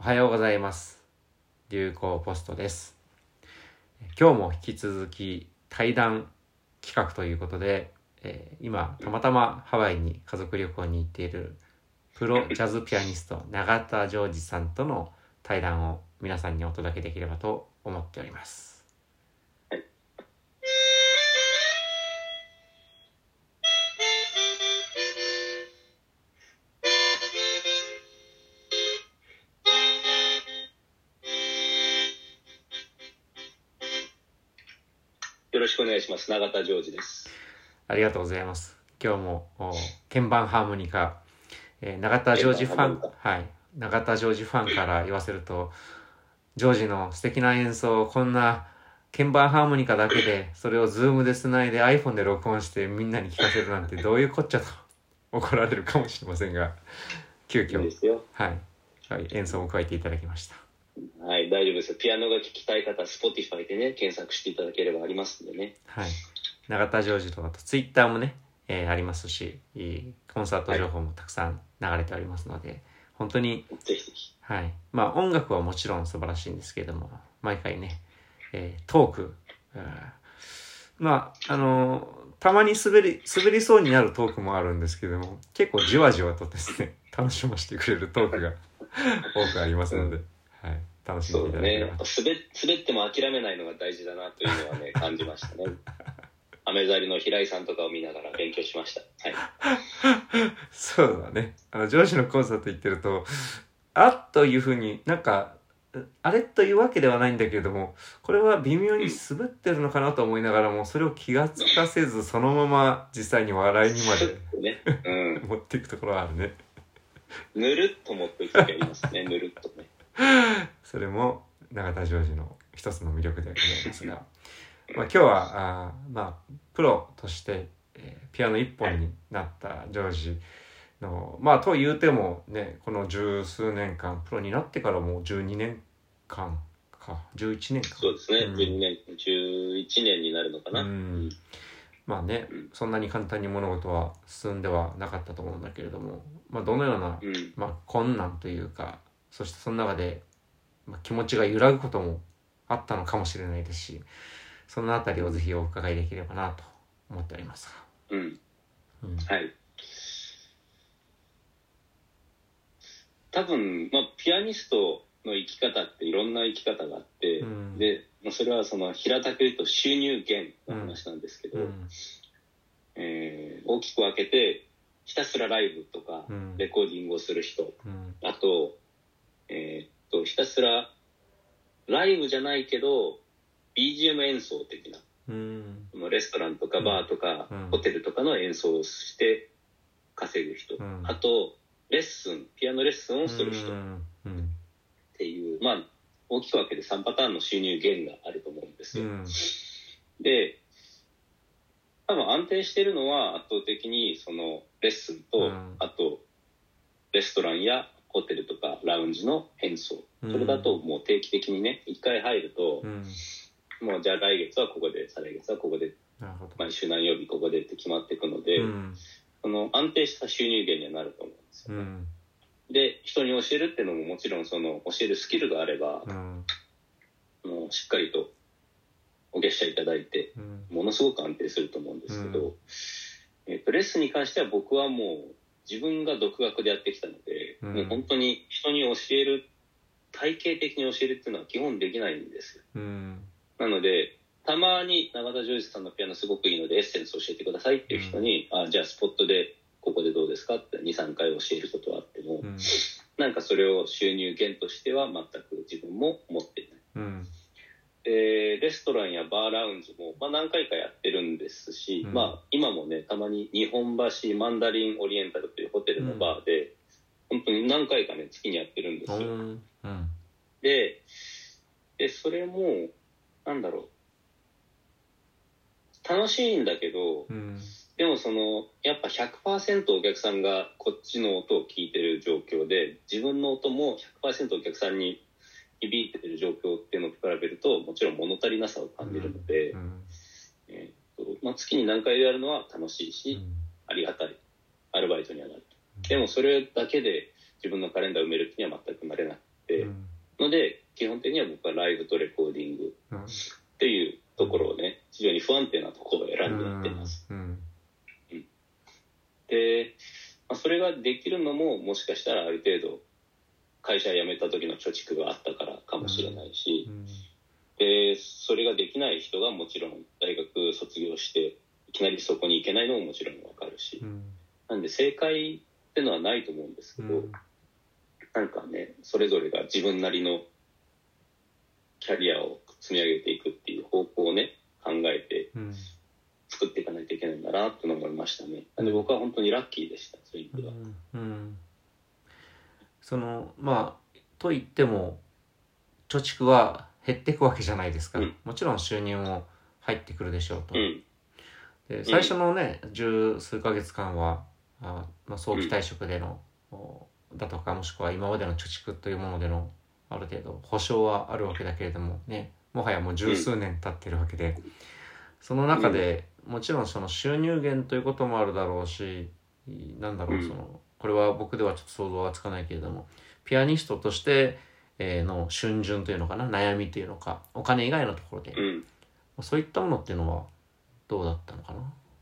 おはようございます。流行ポストです。今日も引き続き対談企画ということで、今たまたまハワイに家族旅行に行っているプロジャズピアニスト永田ジョージさんとの対談を皆さんにお届けできればと思っております。 よろしくお願いします。永田ジョージです。 ありがとうございます。今日も鍵盤ハーモニカ、永田ジョージファン、永田ジョージファンから言わせると、ジョージの素敵な演奏をこんな鍵盤ハーモニカだけで、それをズームでつないで iPhone で録音してみんなに聞かせるなんてどういうこっちゃと怒られるかもしれませんが、急遽演奏を加えていただきました。 はい、大丈夫ですよ。ピアノが聴きたい方、Spotify でね、検索していただければありますんでね。 はい。永田ジョージとあと Twitter もね、ありますし、コンサート情報もたくさん流れておりますので、本当にぜひぜひ。 はい。まあ音楽はもちろん素晴らしいんですけれども、毎回ね、トーク、まあたまに滑りそうになるトークもあるんですけども、結構じわじわとですね、楽しませてくれるトークが多くありますので、はい。楽しんでいただければ。 そうね。滑っても諦めないのが大事だなというのはね、感じましたね。アメザリの平井さんとかを見ながら勉強しました。はい。 そうだね。上司のコンサート行ってると、というふうになんか、あれというわけではないんだけれども、これは微妙に滑ってるのかなと思いながらも、それを気がつかせず、そのまま実際に笑いにまで、持っていくところはあるね。 ぬるっと持っていくときありますね。ぬるっとね。 それも永田ジョージの一つの魅力でございますが、今日はプロとして、ピアノ一本になったジョージのと言うてもね、この十数年間プロになってからもう12年間か11年間そうですね、12年11年になるのかな。 そんなに簡単に物事は進んではなかったと思うんだけれども、どのような、困難というか、そしてその中で、気持ちが揺らぐこともあったのかもしれないですし、そのあたりをぜひお伺いできればなと思っておりますが。 はい。多分、ピアニストの生き方っていろんな生き方があって、で、それはその平たく言うと収入源の話なんですけど、大きく分けて、ひたすらライブとかレコーディングをする人、あと、ひたすらライブじゃないけど BGM 演奏的な、レストランとかバーとか、ホテルとかの演奏をして稼ぐ人、あとピアノレッスンをする人っていう、大きく分けて3パターンの収入源があると思うんですよ。で、多分安定してるのは圧倒的にそのレッスンと、あとレストランやホテルとかラウンジの演奏、それだともう定期的にね、1回入ると、もうじゃあ来月はここで、再来月はここで、毎週何曜日ここでって決まっていくので、その安定した収入源にはなると思うんですよね。で、人に教えるっていうのももちろんその教えるスキルがあれば、もうしっかりとお月謝いただいて、ものすごく安定すると思うんですけど、レッスンに関しては僕はもう自分が独学でやってきたので、もう本当に人に教える、体系的に教えるっていうのは基本できないんですよ。なので、たまに永田ジョージさんのピアノすごくいいのでエッセンス教えてくださいっていう人に、じゃあスポットでここでどうですかって 2,3 回教えることはあっても、なんかそれを収入源としては全く自分も持っていない。レストランやバーラウンジも、何回かやってるんですし、今もね、たまに日本橋マンダリンオリエンタルというホテルのバーで、本当に何回かね、月にやってるんですよ。で、それも、楽しいんだけど、でもやっぱ 100% お客さんがこっちの音を聞いてる状況で、自分の音も 100% お客さんに響いてる状況っていうのと比べると、もちろん物足りなさを感じるので、月に何回やるのは楽しいし、ありがたいアルバイトにはなる。でもそれだけで自分のカレンダーを埋める気には全くなれなくて、 もしかしたらある程度会社辞めた時の貯蓄があったからかもしれないし、でそれができない人がもちろん大学卒業していきなりそこに行けないのももちろん分かるし、なんで正解ってのはないと思うんですけど、なんかね、それぞれが自分なりのキャリアを積み上げていくっていう方向をね考えて作っていかないといけないんだなって思いましたね。なんで僕は本当にラッキーでした、そういう意味では。 そのまあと言っても貯蓄は減っていくわけじゃないですか、もちろん収入も入ってくるでしょうと、で最初のね十数ヶ月間は早期退職での、だとかもしくは今までの貯蓄というものでのある程度保証はあるわけだけれどもね、もはやもう十数年経ってるわけで、その中でもちろんその収入源ということもあるだろうし、なんだろう、そのこれは僕ではちょっと想像はつかないけれども、ピアニストとしての逡巡というのかな、悩みというのか、お金以外のところで、そういったものっていうのはどうだったのかな。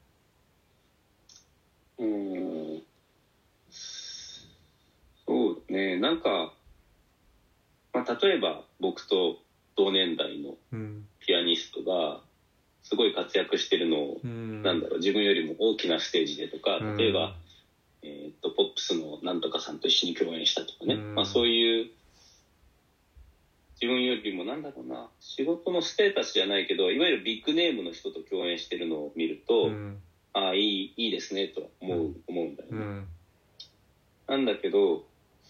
そうね、なんか、例えば僕と同年代のピアニストがすごい活躍してるのを、なんだろう、自分よりも大きなステージでとか、例えば、ポップスのなんとかさんと一緒に共演したとかね、そういう自分よりもなんだろうな、仕事のステータスじゃないけど、いわゆるビッグネームの人と共演してるのを見ると、いいですねと思うんだよね。なんだけど、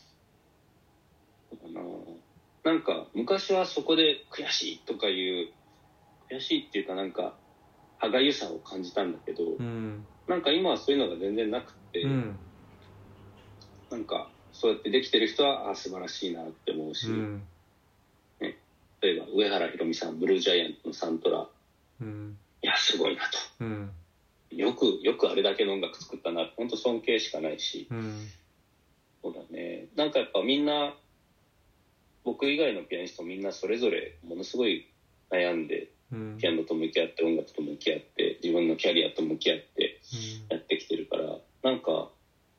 なんか昔はそこで悔しいとかいう悔しいっていうかなんか歯がゆさを感じたんだけど、なんか今はそういうのが全然なくて、なんかそうやってできてる人は素晴らしいなって思うし、ね、例えば上原ひろみさん、ブルージャイアントのサントラ、いやすごいなと、よくあれだけの音楽作ったな、本当尊敬しかないし、そうだね、なんかやっぱみんな僕以外のピアニストみんなそれぞれものすごい悩んで、ピアノと向き合って音楽と向き合って自分のキャリアと向き合ってやってきてるから、なんか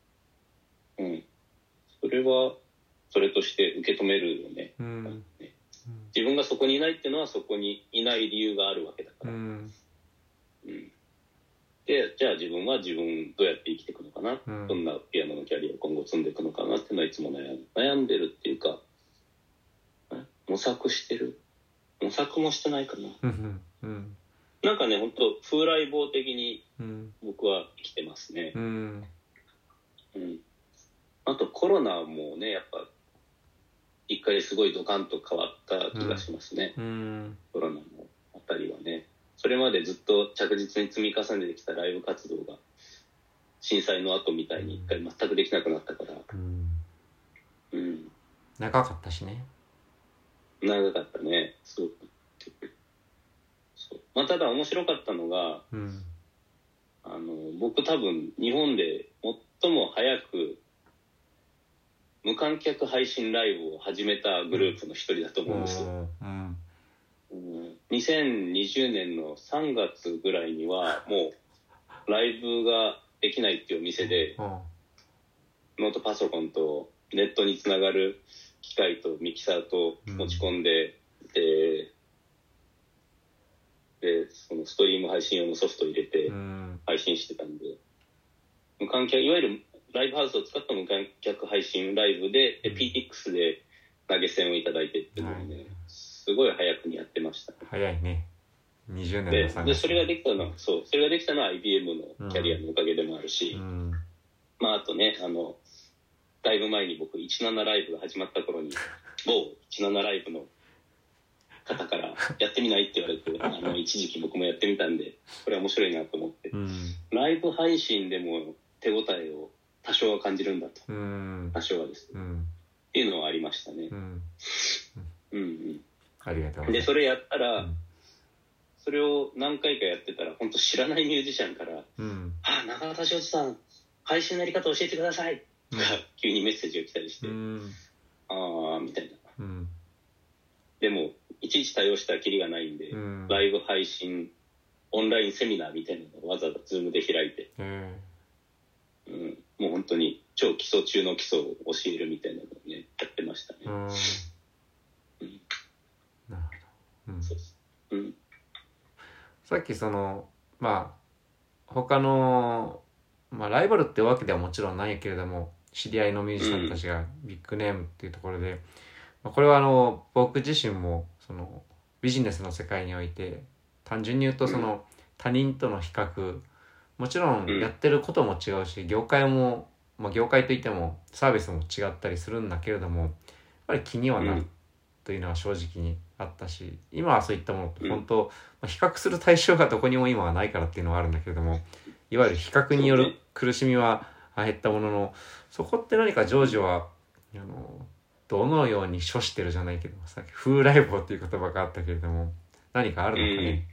それはそれとして受け止めるよね。自分がそこにいないっていうのはそこにいない理由があるわけだから、でじゃあ自分は自分どうやって生きていくのかな、どんなピアノのキャリアを今後積んでいくのかなっていうのはいつも悩んでるっていうか、模索してる、模索もしてないかな、なんかね、本当風来坊的に僕は生きてますね。あとコロナもね、やっぱ一回すごいドカンと変わった気がしますね、コロナのあたりはね。それまでずっと着実に積み重ねてきたライブ活動が震災の後みたいに一回全くできなくなったから、 長かったしね。 長かったね。そう。ただ面白かったのが、僕多分日本で最も早く無観客配信ライブを始めたグループの一人だと思うんですよ。2020年の3月ぐらいにはもうライブができないっていうお店で、ノートパソコンとネットにつながる機械とミキサーと持ち込んで、でそのストリーム配信用のソフトを入れて配信してたんで、無観客、いわゆるライブハウスを使った無観客配信ライブで、PTX で投げ銭をいただいてっていうのをね、すごい早くにやってました、 早いね。20年の 3月でそれができたのは、それができたのは IBM のキャリアのおかげでもあるし、あとね、だいぶ前に僕17ライブが始まった頃に某17ライブの方からやってみないって言われて一時期僕もやってみたんで、これは面白いなと思って、ライブ配信でも手応えを多少は感じるんだと、多少はです、っていうのはありましたね。 ありがとうございます。 でそれやったら、それを何回かやってたら本当知らないミュージシャンから「中田翔さん配信のやり方教えてください」とか急にメッセージが来たりして、みたいな、でもいちいち対応したらキリがないんで、ライブ配信オンラインセミナーみたいなのをわざわざ Zoom で開いて、もう本当に超基礎中の基礎を教えるみたいなのをねやってましたね。 うん、なるほど、うん、そうです、うん、さっきそのまあ他の、まあ、ライバルってわけではもちろんないけれども知り合いのミュージシャンたちがビッグネームっていうところで、まあ、これは僕自身もそのビジネスの世界において単純に言うとその他人との比較もちろんやってることも違うし業界も、まあ、業界といってもサービスも違ったりするんだけれどもやっぱり気にはなるというのは正直にあったし今はそういったものと本当、まあ、比較する対象がどこにも今はないからっていうのはあるんだけれどもいわゆる比較による苦しみは減ったもののそこって何かジョージはどのように処してるじゃないけどさっき風来坊っていう言葉があったけれども何かあるのかね。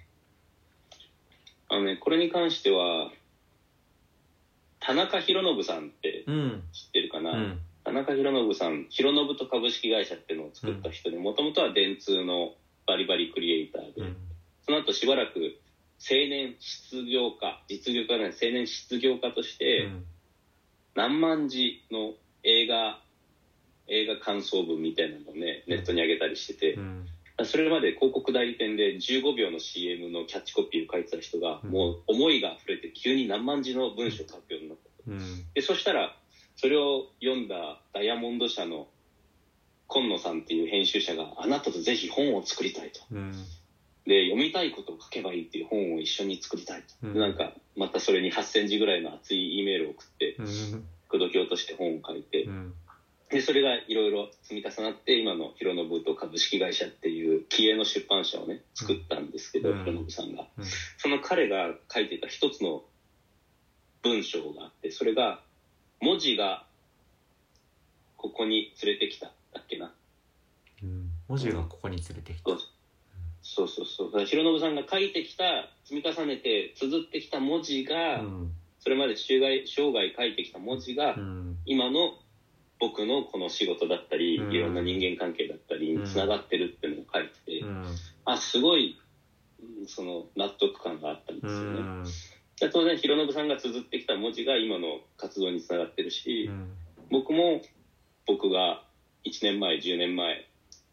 これに関しては田中宏信さんって知ってるかな、うん、田中宏信さん宏信と株式会社っていうのを作った人でもともとは電通のバリバリクリエイターで、うん、その後しばらく青年実業家として、うん、何万字の映画感想文みたいなのをねネットに上げたりしてて、うん、それまで広告代理店で15秒の CM のキャッチコピーを書いてた人が、うん、もう思いが溢れて急に何万字の文章を書くようになった、うん、でそしたらそれを読んだダイヤモンド社の今野さんっていう編集者があなたとぜひ本を作りたいと、うん、で読みたいことを書けばいいっていう本を一緒に作りたいと、うん、なんかまたそれに8000字ぐらいの熱い E メールを送って、うん、口説き落として本を書いて、うんでそれがいろいろ積み重なって今の宏信と株式会社っていう気鋭の出版社をね作ったんですけど、宏信さんが、その彼が書いてた一つの文章があってそれが文字がここに連れてきただっけな、 文字がここに連れてきた、 そう宏信さんが書いてきた積み重ねて綴ってきた文字が、それまで生涯書いてきた文字が、今の僕のこの仕事だったり、いろんな人間関係だったりにつながってるっていうのを書いてて、すごいその納得感があったんですよね。当然宏信さんが綴ってきた文字が今の活動につながってるし、僕が1年前10年前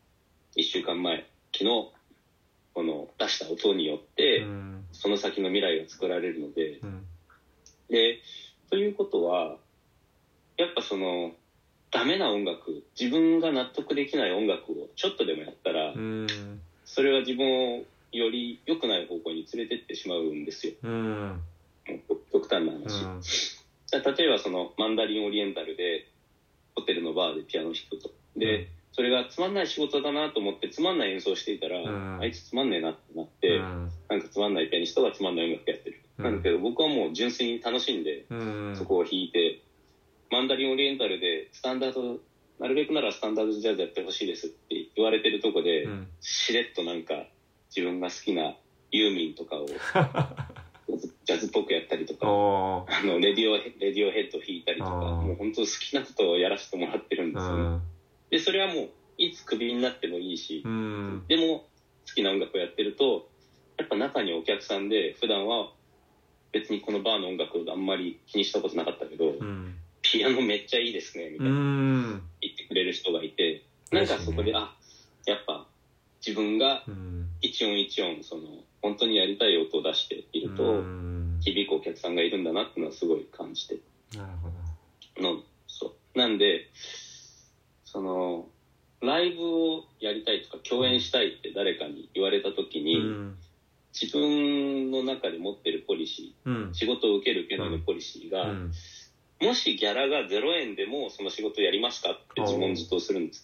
1週間前昨日この出した音によってその先の未来が作られるので、でということはやっぱそのダメな音楽自分が納得できない音楽をちょっとでもやったらそれは自分をより良くない方向に連れてってしまうんですよ。極端な話、例えばそのマンダリンオリエンタルでホテルのバーでピアノ弾くとで、それがつまんない仕事だなと思ってつまんない演奏していたら、あいつつまんねえなってなって、なんかつまんないピアニストがつまんない音楽やってる、なんだけど僕はもう純粋に楽しんで、そこを弾いてマンダリンオリエンタルでスタンダードなるべくならスタンダードジャズやってほしいですって言われてるとこで、しれっとなんか自分が好きなユーミンとかをジャズっぽくやったりとかレディオヘッド弾いたりとかもう本当好きなことをやらせてもらってるんですよね。でそれはもういつクビになってもいいし、でも好きな音楽をやってるとやっぱ中にお客さんで普段は別にこのバーの音楽をあんまり気にしたことなかったけど、ピアノめっちゃいいですねみたいな言ってくれる人がいて、なんかそこでやっぱ自分が一音一音その本当にやりたい音を出していると響くお客さんがいるんだなっていうのはすごい感じて、 なるほどそうなんでそのライブをやりたいとか共演したいって誰かに言われた時に、自分の中で持ってるポリシー、仕事を受ける受けないのポリシーが、もしギャラが0円でもその仕事やりますかって自問自答するんです。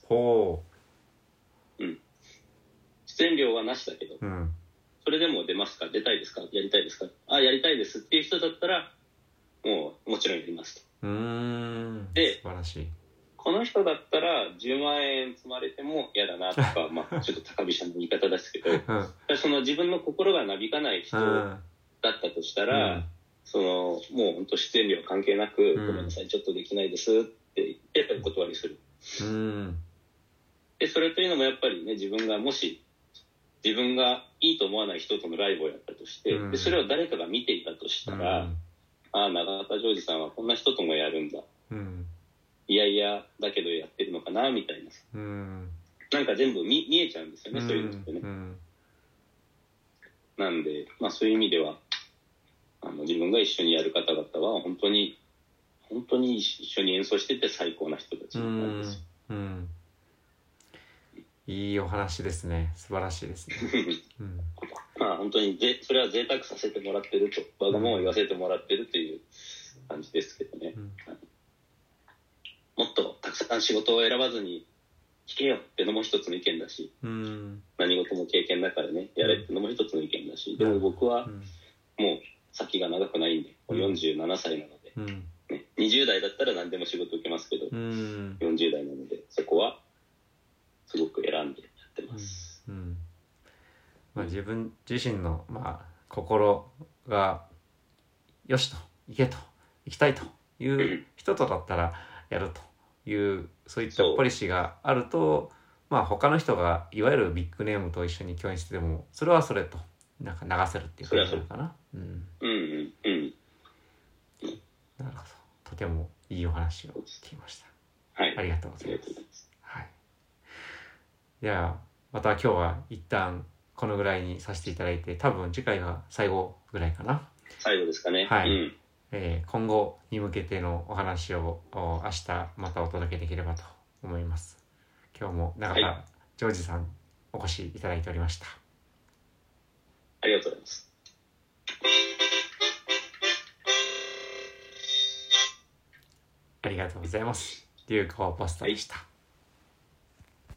出演料はなしだけど、それでも出ますか、出たいですか、やりたいですか、やりたいですっていう人だったらもちろんやりますと。で素晴らしい。 この人だったら10万円積まれても嫌だなとかちょっと高飛車な言い方ですけど、その自分の心がなびかない人だったとしたら、そのもう本当出演料関係なく、ごめんなさいちょっとできないですって言ってお断りする。でそれというのもやっぱりね、自分がもし自分がいいと思わない人とのライブをやったとして、でそれを誰かが見ていたとしたら、永田ジョージさんはこんな人ともやるんだ、 いやいやだけどやってるのかなみたいなさ、なんか全部見えちゃうんですよね、そういうのってね。なんで、まあそういう意味では自分が一緒にやる方々は本当に一緒に演奏してて最高な人たちなんですよ。 いいお話ですね。素晴らしいですね。 まあ本当にそれは贅沢させてもらってると、わがまま言わせてもらってるという感じですけどね。もっとたくさん仕事を選ばずに聞けよってのも一つの意見だし、何事も経験だからねやれってのも一つの意見だし、でも僕はもう先が長くないんで、もう47歳なので、ね、20代だったら何でも仕事受けますけど、40代なのでそこはすごく選んでやってます。 まあ、自分自身の、まあ、心がよしと行けと行きたいという人とだったらやるというそういったポリシーがあると、まあ、他の人がいわゆるビッグネームと一緒に共演しててもそれはそれとなんか流せるっていう感じなのかな。なるほど。とてもいいお話を聞きました。はい、ありがとうございます。はい。ではまた今日は一旦このぐらいにさせていただいて、多分次回が最後ぐらいかな。 最後ですかね。 はい。今後に向けてのお話を明日またお届けできればと思います。今日も永田ジョージさんお越しいただいておりました。 ありがとうございます。 ありがとうございます。流行ポストでした。